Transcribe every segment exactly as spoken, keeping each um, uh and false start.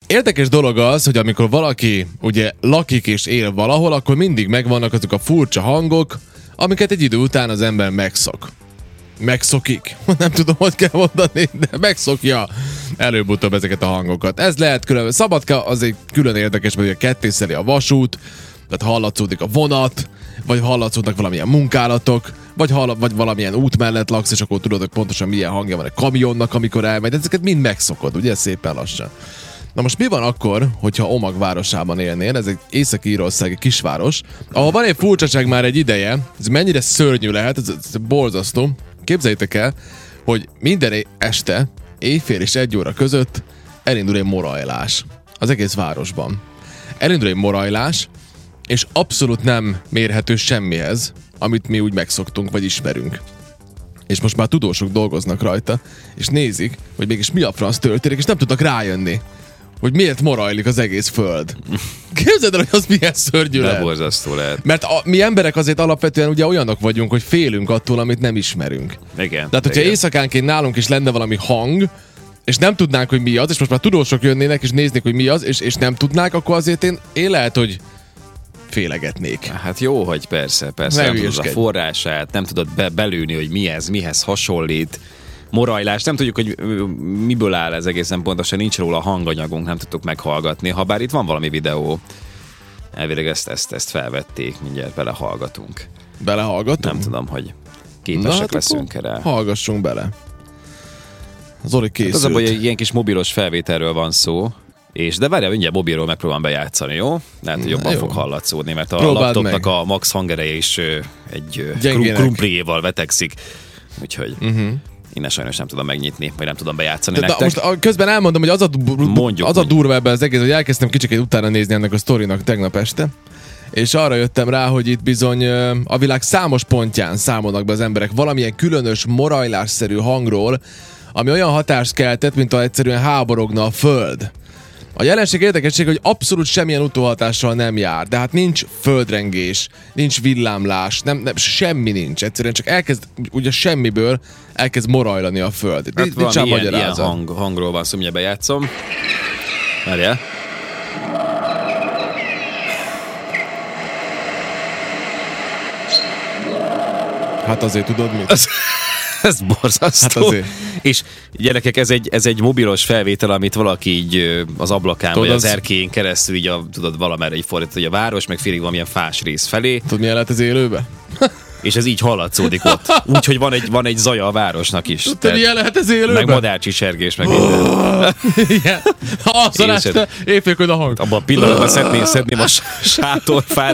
Érdekes dolog az, hogy amikor valaki ugye lakik és él valahol, akkor mindig megvannak azok a furcsa hangok, amiket egy idő után az ember megszok. Megszokik. Nem tudom, hogy kell mondani, de megszokja előbb-utóbb ezeket a hangokat. Ez lehet külön. Szabadka az egy külön érdekes, mert ugye kettészeli a vasút, tehát hallatszódik a vonat, vagy hallatszódnak valamilyen munkálatok, vagy, hall, vagy valamilyen út mellett laksz, és akkor tudod, hogy pontosan milyen hangja van a kamionnak, amikor elmegy. Ezeket mind megszokod, ugye, szépen lassan. Na most mi van akkor, hogyha Omag városában élnél? Ez egy észak-írországi kisváros, ahol van egy furcsaság már egy ideje, ez mennyire szörnyű lehet, ez, ez borzasztó. Képzeljétek el, hogy minden este, éjfél és egy óra között elindul egy morajlás az egész városban. Elindul egy morajlás, és abszolút nem mérhető semmihez, amit mi úgy megszoktunk, vagy ismerünk. És most már tudósok dolgoznak rajta, és nézik, hogy mégis mi a franc történik, és nem tudnak rájönni, hogy miért morajlik az egész föld. Képzeld el, hogy az milyen szörnyű lehet. Borzasztó lehet. Mert a, mi emberek azért alapvetően ugye olyanok vagyunk, hogy félünk attól, amit nem ismerünk. Igen. Tehát, hogyha igen. éjszakánként nálunk is lenne valami hang, és nem tudnánk, hogy mi az, és most már tudósok jönnének, és néznék, hogy mi az, és, és nem tudnák, akkor azért én, én lehet, hogy félegetnék. Hát jó, hogy persze, persze nem tudod a forrását, nem tudod be- belőni, hogy mi ez, mihez hasonlít. Morajlás, nem tudjuk, hogy miből áll ez egészen pontosan, nincs róla hanganyagunk, nem tudtuk meghallgatni, habár itt van valami videó. Elvileg ezt, ezt, ezt felvették, mindjárt belehallgatunk. Belehallgatunk? Nem tudom, hogy képesek hát leszünk erre. Hallgassunk bele. Zoli készült. Hát az a baj, hogy ilyen kis mobilos felvételről van szó, és de várjál, mindjárt mobilról megpróbálom bejátszani, jó? Lehet, hogy jobban jó. fog hallatszódni, mert a Próbáld laptopnak meg. a max hangereje is egy Gyengének. krumpliéval vetekszik. Úgyhogy uh-huh. innen sajnos nem tudom megnyitni, vagy nem tudom bejátszani de, nektek. De most közben elmondom, hogy az a, Mondjuk, az a durva ebben az egész, hogy elkezdtem kicsit utána nézni ennek a sztorinak tegnap este, és arra jöttem rá, hogy itt bizony a világ számos pontján számolnak be az emberek valamilyen különös, morajlásszerű hangról, ami olyan hatást keltett, mint ha egyszerűen háborogna a föld. A jelenség érdekesség, hogy abszolút semmilyen utóhatással nem jár, de hát nincs földrengés, nincs villámlás, nem, nem, semmi nincs. Egyszerűen csak elkezd, ugye semmiből elkezd morajlani a föld. Hát nincs nincs ilyen, magyarázat. ilyen hang, hangról van szó, mindjárt bejátszom. Várjál. Hát azért tudod mit? Az... Ez borzasztó. Hát és gyerekek, ez egy, ez egy mobilos felvétel, amit valaki így az ablakán, tudod, vagy az erkélyén keresztül így a, tudod, valamerre így fordít, hogy a város, meg félig valamilyen fás rész felé. Tudod, milyen lehet az élőbe? És ez így hallatszódik ott. Úgyhogy van egy, van egy zaja a városnak is. Tudod, milyen lehet az élőbe? Meg madárcsicsergés, meg minden. Igen. Azzal este éjfélkor a hang. Abban a pillanatban szedném, szedném a sátorfát.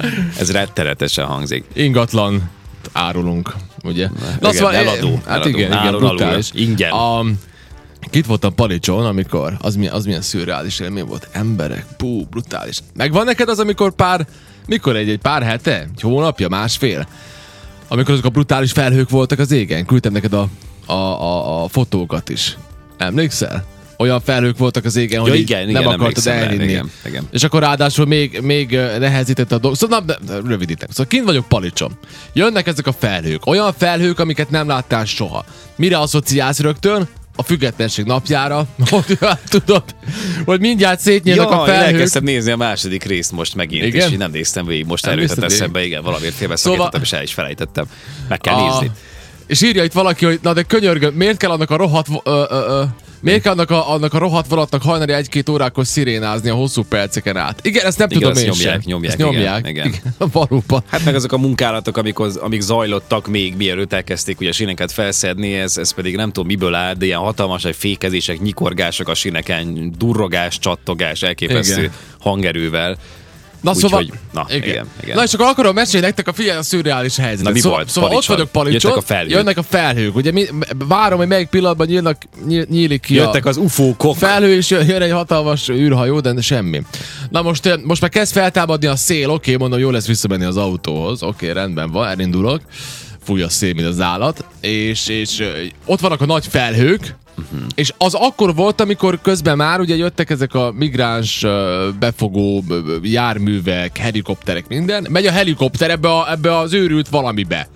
Ez rettenetesen hangzik. Ingatlan árulunk, ugye? Na, igen, szóval, eladó. Hát eladó, igen, igen, brutális. Ingyen. A, Kit voltam Palicson, amikor az, milyen, az milyen szürreális élmény volt. Emberek, pú, brutális. Megvan neked az, amikor pár, mikor egy, egy pár hete, egy hónapja, másfél, amikor azok a brutális felhők voltak az égen? Küldtem neked a, a, a, a fotókat is. Emlékszel? Olyan felhők voltak az égen, ja, hogy igen, nem igen, akartad elhinni. Igen, igen. És akkor ráadásul még, még nehezített a dolog. Szóval na, rövidítem. Szóval kint vagyok Palicson. Jönnek ezek a felhők. Olyan felhők, amiket nem láttál soha. Mire asszociálsz rögtön? A függetlenség napjára, hogy tudod, hogy mindjárt szétnyílnak a felhők. Elkezdtem nézni a második részt most megint, igen? És én nem néztem végig, most előtett eszembe, igen, valamiért félbeszakítottam, szóval... és el is felejtettem. Meg kell a... nézni. És írja itt valaki, hogy na de könyörgöm, miért kell annak a rohadt... Ö, ö, ö, Miért kell annak a, annak a rohadt vonatnak hajnali egy-két órákor szirénázni a hosszú perceken át? Igen, ezt nem igen, tudom én nyomják, sem. Nyomják, ezt nyomják. Igen, igen. igen. Valóban. Hát meg azok a munkálatok, amik, az, amik zajlottak még mielőtt elkezdték ugye a síneket felszedni, ez, ez pedig nem tudom miből áll, de ilyen hatalmas fékezések, nyikorgások a síneken, durrogás, csattogás, elképesztő igen. hangerővel. Na úgy, szóval, hogy, na, igen. Igen, igen. Na és akkor akarom mesélni nektek a figyelj a szürreális helyzetet. Na mi szóval, volt? Szóval ott vagyok Palicson, a felhők. jönnek a felhők. Ugye mi, várom, hogy melyik pillanatban nyílnak, nyíl, nyílik ki jöttek a az ufókok. felhő, és jön egy hatalmas űrhajó, de semmi. Na most, most már kezd feltámadni a szél, oké, mondom, jó lesz visszamenni az autóhoz, oké, rendben van, elindulok. Fúj a szél, mint az állat. És, és ott vannak a nagy felhők, Uh-huh. És az akkor volt, amikor közben már ugye jöttek ezek a migráns befogó járművek, helikopterek, minden. Megy a helikopter ebbe, a, ebbe az őrült valamibe.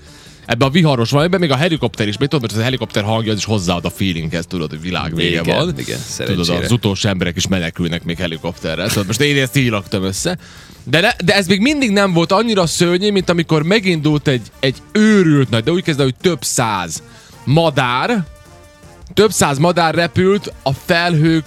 ebbe a viharos van, ebben még a helikopter is, még tudod, mert az a helikopter hangja az is hozzáad a feelinghez, tudod, hogy világ vége igen, van. Igen, tudod, az utolsó emberek is menekülnek még helikopterrel. Tudod, most én ezt így raktam össze. De, ne, de ez még mindig nem volt annyira szörnyű, mint amikor megindult egy, egy őrült nagy, de úgy kezdve, hogy több száz madár, több száz madár repült a felhők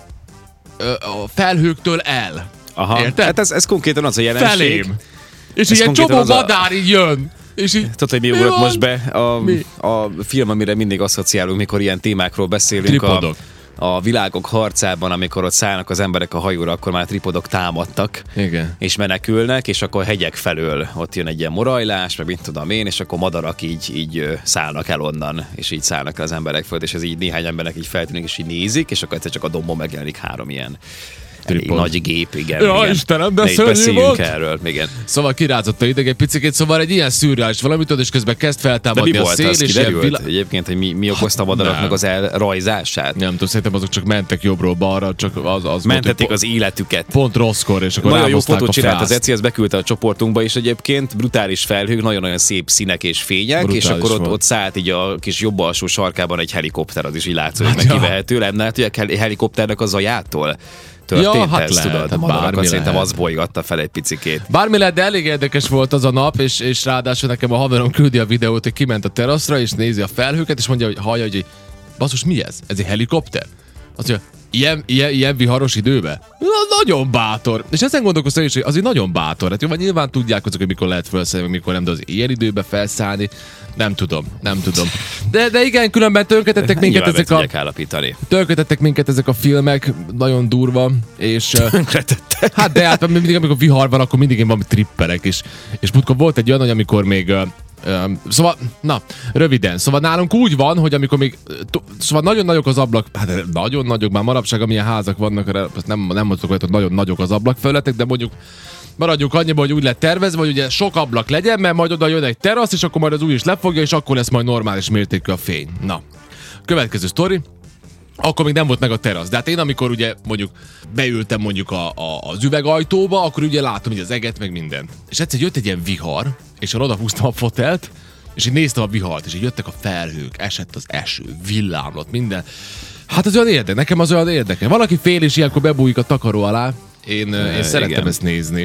a felhőktől el. Aha. Érted? Hát ez, ez konkrétan az a jelenség. Felém. És ez ilyen csomó madár így jön. És így, tudod, hogy mi ugrott most be a, a film, amire mindig asszociálunk, mikor ilyen témákról beszélünk. Tripodok. A, a világok harcában, amikor ott szállnak az emberek a hajóra, akkor már tripodok támadtak. Igen. És menekülnek, és akkor hegyek felől ott jön egy ilyen morajlás, meg mit tudom én, és akkor madarak így, így szállnak el onnan, és így szállnak el az emberek föld, és ez így néhány embernek így feltűnik, és így nézik, és akkor egyszer csak a dombon megjelenik három ilyen Tripod. Nagy gép, igen. Ja, igen. Istenem, de szörnyű volt. Erről, igen. Szóval kirázott a ideg egy picit, szóval egy ilyen szürreális valamit, és közben kezd feltámadni a szél. És kiderült vilá... egyébként, hogy mi, mi okozta a madaraknak az elrajzását? Nem tudom, szerintem azok csak mentek jobbról balra, csak az, az mentették volt, az életüket. Pont rosszkor, és akkor nagyon jó fotót csinált az Eci, ezt beküldte a csoportunkba, és egyébként brutális felhők, nagyon-nagyon szép színek és fények, brutális, és akkor ott, ott szállt így a kis jobb alsó sarkában egy helikopter, az is így látszott, hogy hát kivehető lenne, hogy a helikopternek a zajától történt ja, hát ez, lehet, tudod, a madarakat szerintem az bolygatta fel egy picikét. Bármi lehet, de elég érdekes volt az a nap, és, és ráadásul nekem a haverom küldi a videót, hogy kiment a teraszra, és nézi a felhőket, és mondja, hogy hallja, hogy basszus, mi ez? Ez egy helikopter? Azt mondja, ilyen, ilyen, ilyen viharos időben? Na, nagyon bátor. És ezen gondolkoztam is, hogy azért nagyon bátor. Hát jó, vagy nyilván tudják azok, hogy mikor lehet felszállni, mikor nem, de az ilyen időben felszállni, nem tudom, nem tudom. De, de igen, különben törkötettek minket ezek a... Törkötettek minket ezek a filmek, nagyon durva, és... Tönkretettek. Hát de hát mindig, amikor vihar van, akkor mindig én valami trippelek is. És múltkor volt egy olyan, hogy amikor még... Um, szóval, na, röviden. Szóval nálunk úgy van, hogy amikor még, szóval nagyon nagyok az ablak, hát nagyon nagyok, már manapság, amilyen házak vannak, nem, nem mondtok, hogy nagyon nagyok az ablakfelületek, de mondjuk maradjunk annyiban, hogy úgy lett tervezve, hogy ugye sok ablak legyen, mert majd oda jön egy terasz, és akkor majd az új is lefogja, és akkor lesz majd normális mértékű a fény. Na, következő sztori. Akkor még nem volt meg a terasz. De hát én amikor ugye mondjuk beültem mondjuk a, a, az üvegajtóba, akkor ugye látom, hogy az eget meg minden. És egyszer jött egy ilyen vihar, és oda húztam a fotelt, és így néztem a vihart, és így jöttek a felhők, esett az eső, villámlott, minden. Hát az olyan érdekes, nekem az olyan érdekes. Valaki fél és ilyenkor bebújik a takaró alá. Én, e, én szerettem igen. ezt nézni.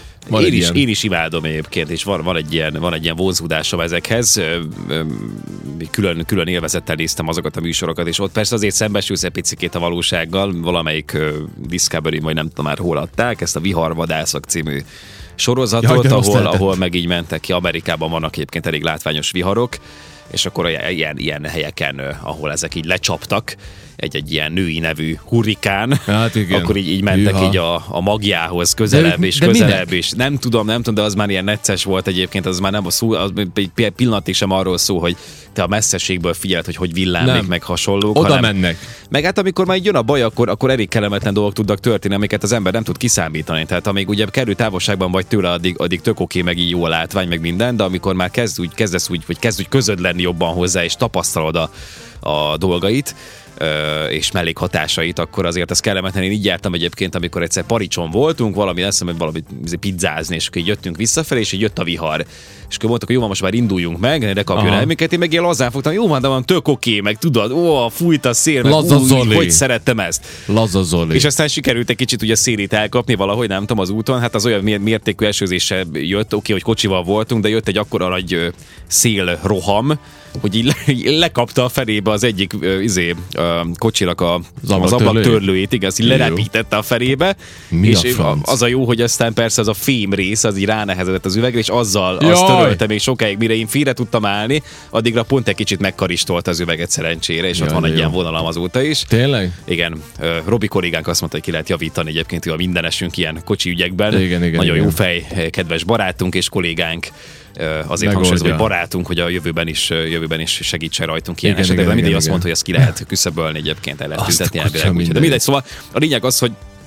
Én is, én is imádom egyébként, és van, van, egy ilyen, van egy ilyen vonzódásom ezekhez. Külön, külön élvezettel néztem azokat a műsorokat, és ott persze azért szembesülsz egy picikét a valósággal. Valamelyik Discovery, vagy nem tudom már hol adták, ezt a Viharvadászok című sorozatot, ja, ahol, ahol meg így mentek ki. Amerikában vannak egyébként elég látványos viharok, és akkor ilyen, ilyen helyeken, ahol ezek így lecsaptak, egy-egy ilyen női nevű hurrikán, hát akkor így, így mentek Juha. így a, a magjához közelebb de, és de közelebb, minek? És nem tudom, nem tudom, de az már ilyen necces volt egyébként, az már nem a szó, az egy pillanatig sem arról szó, hogy te a messzeségből figyeld, hogy hogy villámlik, meg hasonlók. Oda hanem, mennek. Meg hát amikor már jön a baj, akkor, akkor elég kellemetlen dolgok tudnak történni, amiket az ember nem tud kiszámítani. Tehát amíg ugye kerül távolságban vagy tőle, addig, addig tök oké, meg így jó a látvány, meg minden, de amikor már kezd úgy, kezdesz úgy, vagy kezd úgy közöd lenni jobban hozzá, és tapasztalod a, a dolgait, és mellékhatásait, akkor azért ez kellemetlen. Én így jártam egyébként, amikor egyszer Paricson voltunk, valami eszem, hogy valamit pizzázni, és akkor így jöttünk visszafelé, és így jött a vihar. És akkor mondtak, hogy jó van, most már induljunk meg, de kapjon el minket, én meg ilyen lazán fogtam, jó van, de van tök oké, meg tudod, ó, fújt a szél, meg új, hogy szerettem ezt. Laza Zoli. És aztán sikerült egy kicsit ugye szélét elkapni valahogy, nem tudom, az úton, hát az olyan mértékű esőzéssel jött, oké, hogy kocsival voltunk, de jött egy akkora nagy szélroham, hogy így, le, így lekapta a felébe az egyik uh, izé, uh, kocsinak a, az, az ablaktörlőjét, igen, azt így lerepítette a felébe, mi és a az a jó, hogy aztán persze az a fém rész, az így ránehezedett az üvegre, és azzal Jaj. azt törölte még sokáig, mire én félre tudtam állni, addigra pont egy kicsit megkaristolta az üveget szerencsére, és Jaj, ott van egy jó. ilyen vonalam azóta is. Tényleg? Igen. Uh, Robi kollégánk azt mondta, hogy ki lehet javítani egyébként, hogy a mindenesünk ilyen kocsi ügyekben. Igen, igen, Nagyon igen. jó fej, kedves barátunk és kollégánk. Azért hangsúlyozom, hogy barátunk, hogy a jövőben is, jövőben is segítsen rajtunk ilyen esetekben. Mindig igen, azt igen. mondta, hogy ezt ki lehet küszöbölni egyébként, el lehet tüntetni elvileg. De mindegy, szóval a lényeg az, hogy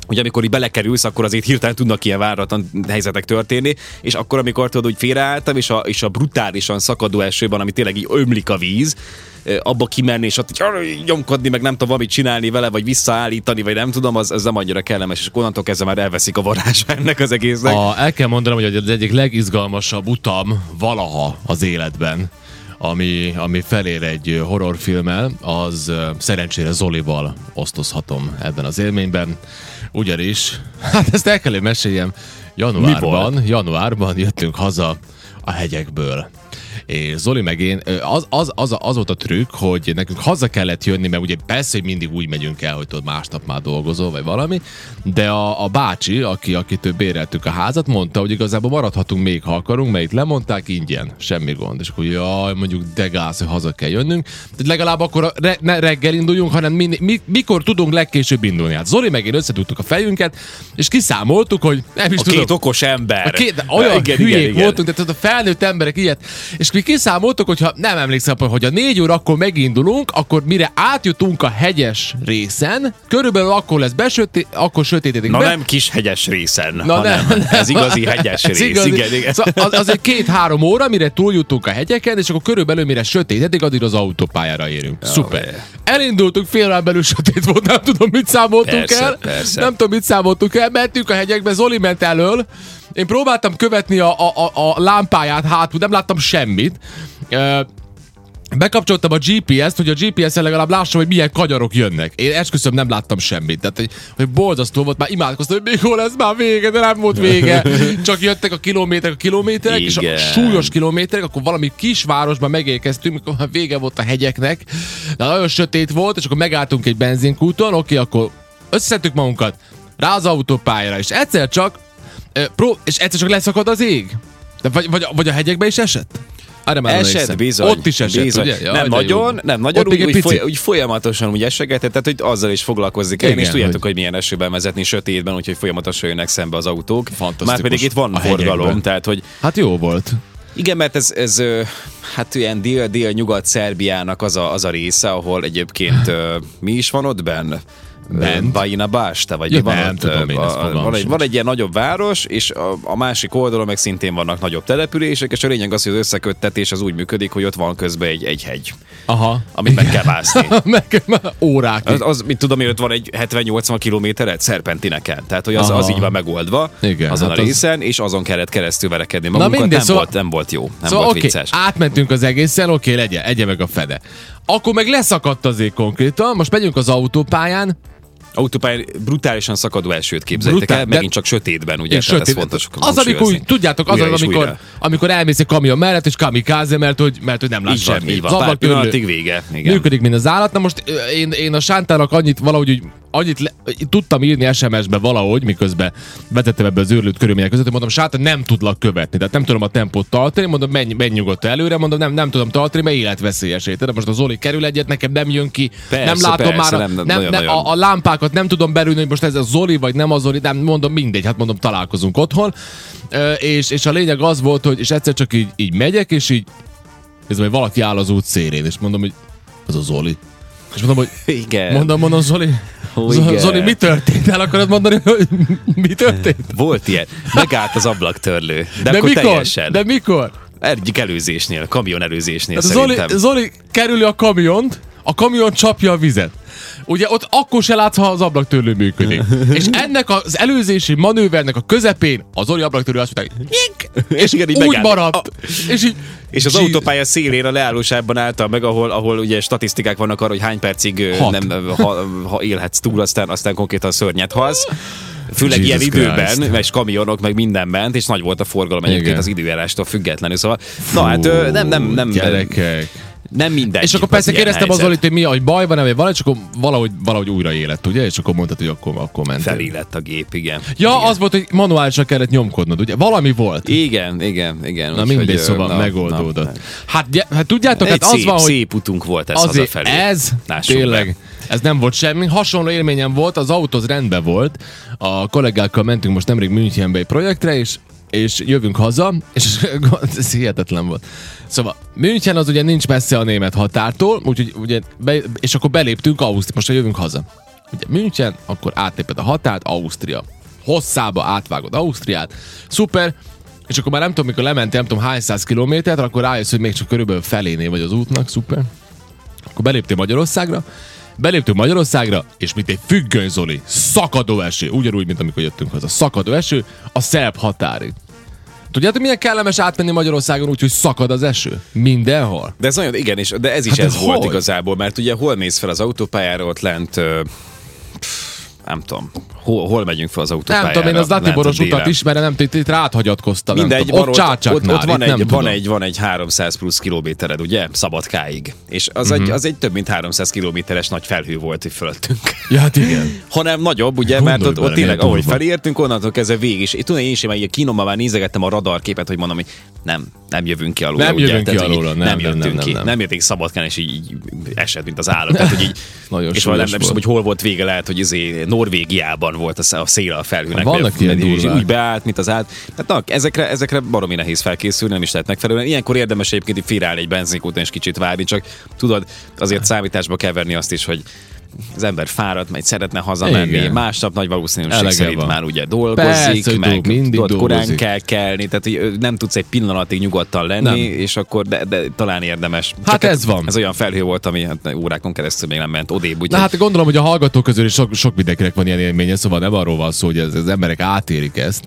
hogy amikor így belekerülsz, akkor azért hirtelen tudnak ilyen váratlan helyzetek történni, és akkor, amikor tudod, hogy félreálltam, és a, és a brutálisan szakadó esőben, ami tényleg így ömlik a víz, abba kimenni, és ott így nyomkodni, meg nem tudom, valamit csinálni vele, vagy visszaállítani, vagy nem tudom, az, az nem annyira kellemes, és onnantól kezdve már elveszik a varázsa ennek az egésznek. A, el kell mondanom, hogy az egyik legizgalmasabb utam valaha az életben, ami, ami felér egy horrorfilmmel, az szerencsére Zolival osztozhatom ebben az élményben. Ugyanis, hát ezt el kell meséljem, januárban, januárban jöttünk haza a hegyekből. És Zoli meg én, az, az, az, az volt a trükk, hogy nekünk haza kellett jönni, mert ugye persze, hogy mindig úgy megyünk el, hogy tudod, másnap már dolgozol, vagy valami, de a, a bácsi, aki, akitől béreltük a házat, mondta, hogy igazából maradhatunk még, ha akarunk, mert itt lemondták ingyen, semmi gond. És akkor jaj, mondjuk de gáz, hogy haza kell jönnünk. De legalább akkor re, ne reggel induljunk, hanem mi, mi, mikor tudunk legkésőbb indulni. Hát Zoli meg én összetudtuk a fejünket, és kiszámoltuk, hogy nem is a tudom. Két okos ember. A két, olyan igen, hülyék igen, voltunk, igen. De a felnőtt emberek ilyet. És mi kiszámoltuk, hogyha nem emlékszem, hogy a négy óra akkor megindulunk, akkor mire átjutunk a hegyes részen, körülbelül akkor lesz besötét, akkor sötétedik Na be. nem kis hegyes részen, Na hanem nem, nem. Ez igazi hegyes ez rész. Igazi. Igen, igen. Szóval az, azért két-három óra, mire túljutunk a hegyeken, és akkor körülbelül mire sötétedik, addig az autópályára érünk. Oh, Szuper. Yeah. Elindultunk, fél órán belül sötét volt, nem tudom, mit számoltunk persze, el. Persze. Nem tudom, mit számoltunk el. Mentünk a hegyekbe, Zoli ment elől. Én próbáltam követni a, a, a, a lámpáját hátul, nem láttam semmit. Uh, Bekapcsoltam a gé pé est, hogy a gé pé es-en legalább lássam, hogy milyen kanyarok jönnek. Én esküszöm, nem láttam semmit. Tehát, hogy, hogy borzasztó volt, már imádkoztam, hogy mikor lesz már vége, de nem volt vége. Csak jöttek a kilométerek, a kilométerek, igen. És a súlyos kilométerek, akkor valami kisvárosban megérkeztünk, mikor már vége volt a hegyeknek. De nagyon sötét volt, és akkor megálltunk egy benzinkúton, oké, akkor összeszedtük magunkat rá az autópályára, és egyszer csak, pró- és egyszer csak leszakad az ég. De vagy, vagy, vagy a hegyekbe is esett? Esett bizony. Ott is esett, bizony. Ugye? Ja, nem nagyon, jó. nem nagyon, úgy, úgy, foly, úgy folyamatosan úgy esegetett, tehát hogy azzal is foglalkozik el, és tudjátok, hogy... hogy milyen esőben vezetni, sötétben, úgyhogy folyamatosan jönnek szembe az autók. Már pedig itt van forgalom, tehát hogy... Hát jó volt. Igen, mert ez, ez hát ilyen dél-dél-nyugat-Szerbiának az a, az a része, ahol egyébként mi is van ott benne? Bajina Básta, vagy ja, mi van ott? Tudom, a, a, van, egy, van egy ilyen nagyobb város, és a, a másik oldalon meg szintén vannak nagyobb települések, és a lényeg az, hogy az összeköttetés az úgy működik, hogy ott van közben egy, egy hegy. Aha. Amit meg kell mászni. meg órákig. Az, az, mit tudom, hogy ott van egy hetven-nyolcvan kilométeret szerpentineken. Tehát, hogy az, az így van megoldva. Igen, azon hát a részen, az... és azon kellett keresztül verekedni magunkat. Nem, szóval... volt, nem volt jó. Nem szóval volt okay, vicces. Átmentünk az egészen, oké, okay, legyen, egye meg a fede. Akkor meg leszakadt azért konkrétan, most megyünk az autópályán, autópályán brutálisan szakadó esőt képzeljétek Brutál, el, megint csak sötétben, ugye? Tehát sötét. Ez fontos. Az, amikor úgy, tudjátok, az, amikor, amikor elmész egy kamion mellett, és kamikáze, mert hogy, mert hogy nem lát semmi. Pár pillanatig vége. Igen. Működik, mint az állat. Na most én, én a Sántának annyit valahogy úgy, annyit le, tudtam írni es em es-be valahogy, miközben vezettem ebbe az őrült körülmények között, mondom, Sántán, nem tudlak követni, tehát nem tudom a tempót tartani, mondom, menj, menj nyugodtan előre, mondom, nem, nem tudom tartani, mert életveszélyes. De most a Zoli kerül egyet, nekem nem jön ki, persze, nem látom persze, már, a, nem, nem, nem, a, a lámpákat nem tudom belülni, hogy most ez a Zoli, vagy nem a Zoli, nem mondom, mindegy, hát mondom, találkozunk otthon. E, és, és a lényeg az volt, hogy és egyszer csak így, így megyek, és így ez hogy valaki áll az út szélén, és mondom, hogy az a Zoli. És mondom, hogy igen. Mondom, mondom, Zoli, oh, Zoli, Zoli, mi történt? El akarod mondani, hogy mi történt? Volt ilyen. Megállt az ablaktörlő. De, de akkor mikor? Teljesen. De mikor? Egyik előzésnél, kamion előzésnél Zoli, Zoli kerüli a kamiont, a kamion csapja a vizet. Ugye ott akkor se látsz, ha az ablaktörlő működik. És ennek az előzési manővernek a közepén az Zoli ablaktörlő azt mondta, és igen, úgy megállt. Maradt. A... És, így, és az autópálya szélén a leállósában álltam meg, ahol, ahol ugye statisztikák vannak arra, hogy hány percig nem, ha, ha élhetsz túl, aztán, aztán konkrétan szörnyet halsz. Főleg Jesus ilyen időben, és kamionok, meg minden bent, és nagy volt a forgalom egyébként az időjárástól függetlenül. Szóval, Fú, na hát nem, nem, nem. Gyerekek. Nem mindegy. És akkor persze kérdeztem az Zolit, hogy mi, hogy baj van, vagy valami, és akkor valahogy, valahogy újra élet, ugye? És akkor mondtad, hogy akkor, akkor mentél. Felé lett a gép, igen. Ja, igen. Az volt, hogy manuálisan kellett nyomkodnod, ugye? Valami volt. Igen, igen, igen. Na mindegy, hogy, szóval na, megoldódott. Na, hát, hát tudjátok, hát az szép, van, hogy... szép utunk volt ez hazafelé. Ez, tényleg, be. Ez nem volt semmi. Hasonló élményem volt, az autó rendben volt. A kollégákkal mentünk most nemrég Münchenbe egy projektre, és és jövünk haza, és ez hihetetlen volt. Szóval München az ugye nincs messze a német határtól, úgyhogy ugye be, és akkor beléptünk Ausztriába, most jövünk haza. ugye München, akkor átléped a határt, Ausztria. Hosszába átvágod Ausztriát, szuper, és akkor már nem tudom, mikor lementél, nem tudom hány száz kilométert, akkor rájössz, hogy még csak körülbelül felénél vagy az útnak, szuper. Akkor beléptél Magyarországra, beléptünk Magyarországra, és mint egy függöny, Zoli, szakadó eső, ugyanúgy, mint amikor jöttünk haza, szakadó eső, a szerb határig. Tudjátok, milyen kellemes átmenni Magyarországon úgy, hogy szakad az eső? Mindenhol. De ez nagyon, igen, és, de ez is hát ez volt hogy? Igazából, mert ugye hol mész fel az autópályára, ott lent, ö, pff, nem tudom, hol, hol megyünk fel az autópályára? Nem tudom, én az Zlatiboros utat ismerem, nem tudom, itt ráhagyatkoztam. Mindegy, ott Csácsaknál. Ott, ott van, egy, van, egy, van egy háromszáz plusz kilométered, ugye? Szabadkáig. És az, uh-huh. egy, az egy több mint háromszáz kilométeres nagy felhő volt itt fölöttünk. Ja, hát igen. Hanem nagyobb, ugye? Gondolj mert ott, ott tényleg, ahogy felértünk, onnantól kezdve végig. És tudom, én is én már kínomban már nézegettem a radarképet, hogy mondom, hogy nem, nem jövünk ki alul. Nem ugye? jövünk Tehát, ki alul, nem, nem, nem, jöttünk nem, ki. nem, Nem jöttünk Szabadkán, és így, így esett, mint az állat. Tehát, hogy így, nagyon és nem, nem tudom, hogy hol volt vége, lehet, hogy izé Norvégiában volt a szél a felhőnek. Vannak ilyen durvák. Úgy beállt, mint az állt. Tehát na, ezekre, ezekre baromi nehéz felkészülni, nem is lehet megfelelően. Ilyenkor érdemes egyébként firálni egy benzinkúton és kicsit várni, csak tudod, azért számításba kell venni azt is, hogy az ember fáradt, majd szeretne hazamenni, igen. Másnap nagy valószínűség elege szerint van. Már ugye dolgozik, persze, meg mindig tudod, korán kell kelni, tehát nem tudsz egy pillanatig nyugodtan lenni, nem. És akkor de, de talán érdemes. Hát ez van. Ez olyan felhő volt, ami hát, órákon keresztül még nem ment odébb. Úgy, na hát gondolom, hogy a hallgatók közül is sok, sok mindenkinek van ilyen élménye, szóval nem arról van szó, hogy ez, az emberek átérik ezt.